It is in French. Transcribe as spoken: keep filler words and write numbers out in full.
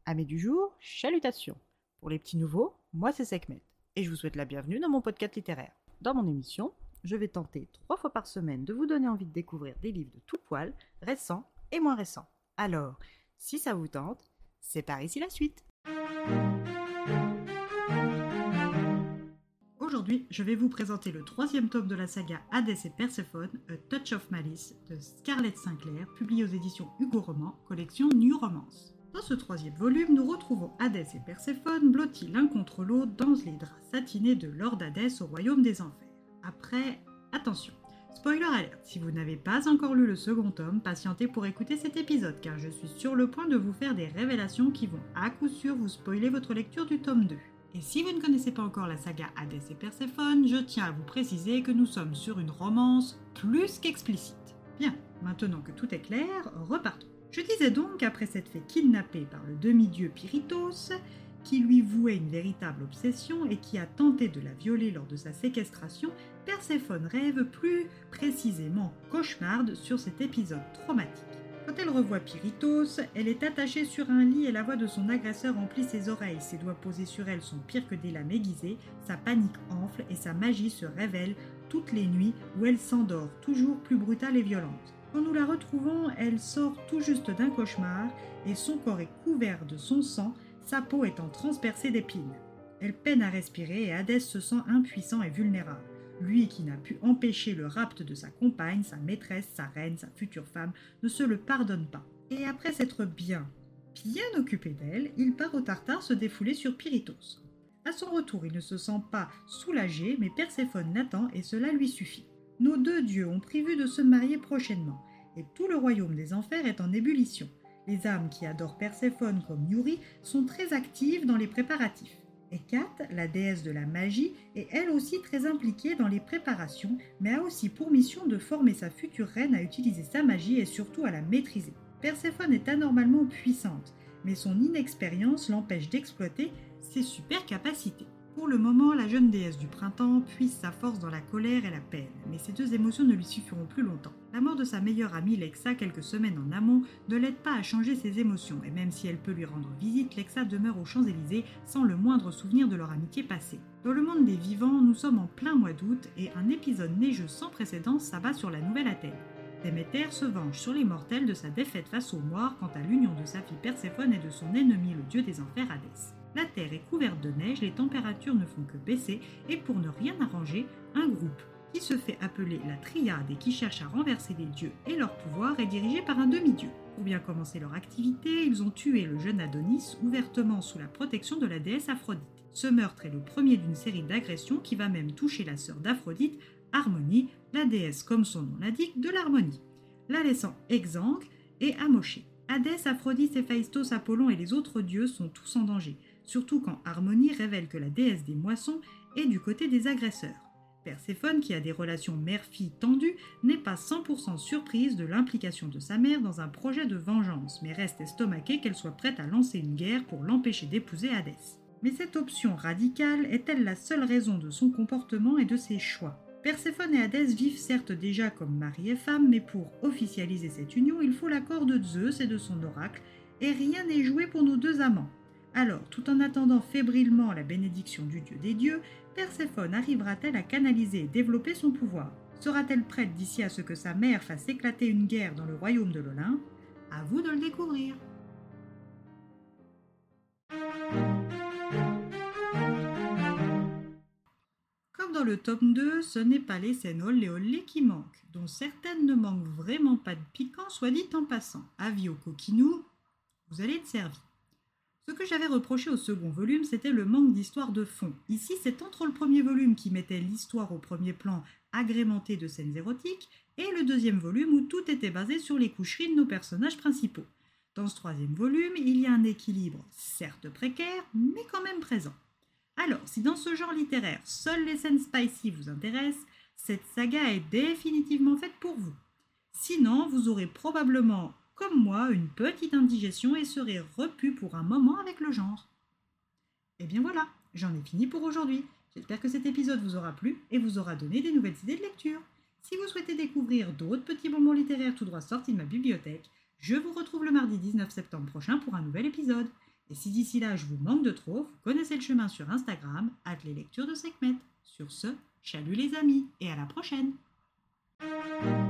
Amis du jour, chalutations. Pour les petits nouveaux, moi c'est Sekhmet et je vous souhaite la bienvenue dans mon podcast littéraire. Dans mon émission, je vais tenter trois fois par semaine de vous donner envie de découvrir des livres de tout poil, récents et moins récents. Alors, si ça vous tente, c'est par ici la suite. Aujourd'hui, je vais vous présenter le troisième tome de la saga Hadès et Perséphone, A Touch of Malice de Scarlett Sinclair, publié aux éditions Hugo Roman, collection New Romance. Dans ce troisième volume, nous retrouvons Hadès et Perséphone blottis l'un contre l'autre dans les draps satinés de Lord Hadès au royaume des enfers. Après, attention, spoiler alert, si vous n'avez pas encore lu le second tome, patientez pour écouter cet épisode car je suis sur le point de vous faire des révélations qui vont à coup sûr vous spoiler votre lecture du tome deux. Et si vous ne connaissez pas encore la saga Hadès et Perséphone, je tiens à vous préciser que nous sommes sur une romance plus qu'explicite. Bien, maintenant que tout est clair, repartons. Je disais donc qu'après s'être fait kidnapper par le demi-dieu Pirithos, qui lui vouait une véritable obsession et qui a tenté de la violer lors de sa séquestration, Perséphone rêve plus précisément cauchemarde sur cet épisode traumatique. Quand elle revoit Pirithos, elle est attachée sur un lit et la voix de son agresseur remplit ses oreilles. Ses doigts posés sur elle sont pires que des lames aiguisées, sa panique enfle et sa magie se révèle toutes les nuits où elle s'endort, toujours plus brutale et violente. Quand nous la retrouvons, elle sort tout juste d'un cauchemar et son corps est couvert de son sang, sa peau étant transpercée d'épines. Elle peine à respirer et Hadès se sent impuissant et vulnérable. Lui qui n'a pu empêcher le rapt de sa compagne, sa maîtresse, sa reine, sa future femme, ne se le pardonne pas. Et après s'être bien, bien occupé d'elle, il part au Tartare se défouler sur Pirithos. À son retour, il ne se sent pas soulagé, mais Perséphone l'attend et cela lui suffit. Nos deux dieux ont prévu de se marier prochainement, et tout le royaume des enfers est en ébullition. Les âmes qui adorent Perséphone comme Yuri sont très actives dans les préparatifs. Hécate, la déesse de la magie, est elle aussi très impliquée dans les préparations, mais a aussi pour mission de former sa future reine à utiliser sa magie et surtout à la maîtriser. Perséphone est anormalement puissante, mais son inexpérience l'empêche d'exploiter ses super capacités. Pour le moment, la jeune déesse du printemps puise sa force dans la colère et la peine, mais ces deux émotions ne lui suffiront plus longtemps. La mort de sa meilleure amie Lexa quelques semaines en amont ne l'aide pas à changer ses émotions, et même si elle peut lui rendre visite, Lexa demeure aux Champs-Élysées sans le moindre souvenir de leur amitié passée. Dans le monde des vivants, nous sommes en plein mois d'août et un épisode neigeux sans précédent s'abat sur la Nouvelle-Athènes. Déméter se venge sur les mortels de sa défaite face aux Moires quant à l'union de sa fille Perséphone et de son ennemi le dieu des enfers Hadès. La terre est couverte de neige, les températures ne font que baisser et pour ne rien arranger, un groupe qui se fait appeler la Triade et qui cherche à renverser les dieux et leur pouvoir est dirigé par un demi-dieu. Pour bien commencer leur activité, ils ont tué le jeune Adonis ouvertement sous la protection de la déesse Aphrodite. Ce meurtre est le premier d'une série d'agressions qui va même toucher la sœur d'Aphrodite, Harmonie, la déesse comme son nom l'indique de l'harmonie, la laissant exsangue et amochée. Hadès, Aphrodite, Héphaïstos, Apollon et les autres dieux sont tous en danger, surtout quand Harmonie révèle que la déesse des moissons est du côté des agresseurs. Perséphone, qui a des relations mère-fille tendues, n'est pas cent pour cent surprise de l'implication de sa mère dans un projet de vengeance, mais reste estomaquée qu'elle soit prête à lancer une guerre pour l'empêcher d'épouser Hadès. Mais cette option radicale est-elle la seule raison de son comportement et de ses choix ? Perséphone et Hadès vivent certes déjà comme mari et femme, mais pour officialiser cette union, il faut l'accord de Zeus et de son oracle, et rien n'est joué pour nos deux amants. Alors, tout en attendant fébrilement la bénédiction du dieu des dieux, Perséphone arrivera-t-elle à canaliser et développer son pouvoir ? Sera-t-elle prête d'ici à ce que sa mère fasse éclater une guerre dans le royaume de l'Olympe ? À vous de le découvrir. Comme dans le tome deux, ce n'est pas les scènes olé olé qui manquent, dont certaines ne manquent vraiment pas de piquant, soit dit en passant. Avis aux coquinous, vous allez être servis. Ce que j'avais reproché au second volume, c'était le manque d'histoire de fond. Ici, c'est entre le premier volume qui mettait l'histoire au premier plan, agrémenté de scènes érotiques, et le deuxième volume où tout était basé sur les coucheries de nos personnages principaux. Dans ce troisième volume, il y a un équilibre, certes précaire, mais quand même présent. Alors, si dans ce genre littéraire, seules les scènes spicy vous intéressent, cette saga est définitivement faite pour vous. Sinon, vous aurez probablement, comme moi, une petite indigestion et serez repu pour un moment avec le genre. Et bien voilà, j'en ai fini pour aujourd'hui. J'espère que cet épisode vous aura plu et vous aura donné des nouvelles idées de lecture. Si vous souhaitez découvrir d'autres petits bonbons littéraires tout droit sortis de ma bibliothèque, je vous retrouve le mardi dix-neuf septembre prochain pour un nouvel épisode. Et si d'ici là je vous manque de trop, vous connaissez le chemin sur Instagram, avec les lectures de Sekhmet. Sur ce, chalut les amis, et à la prochaine!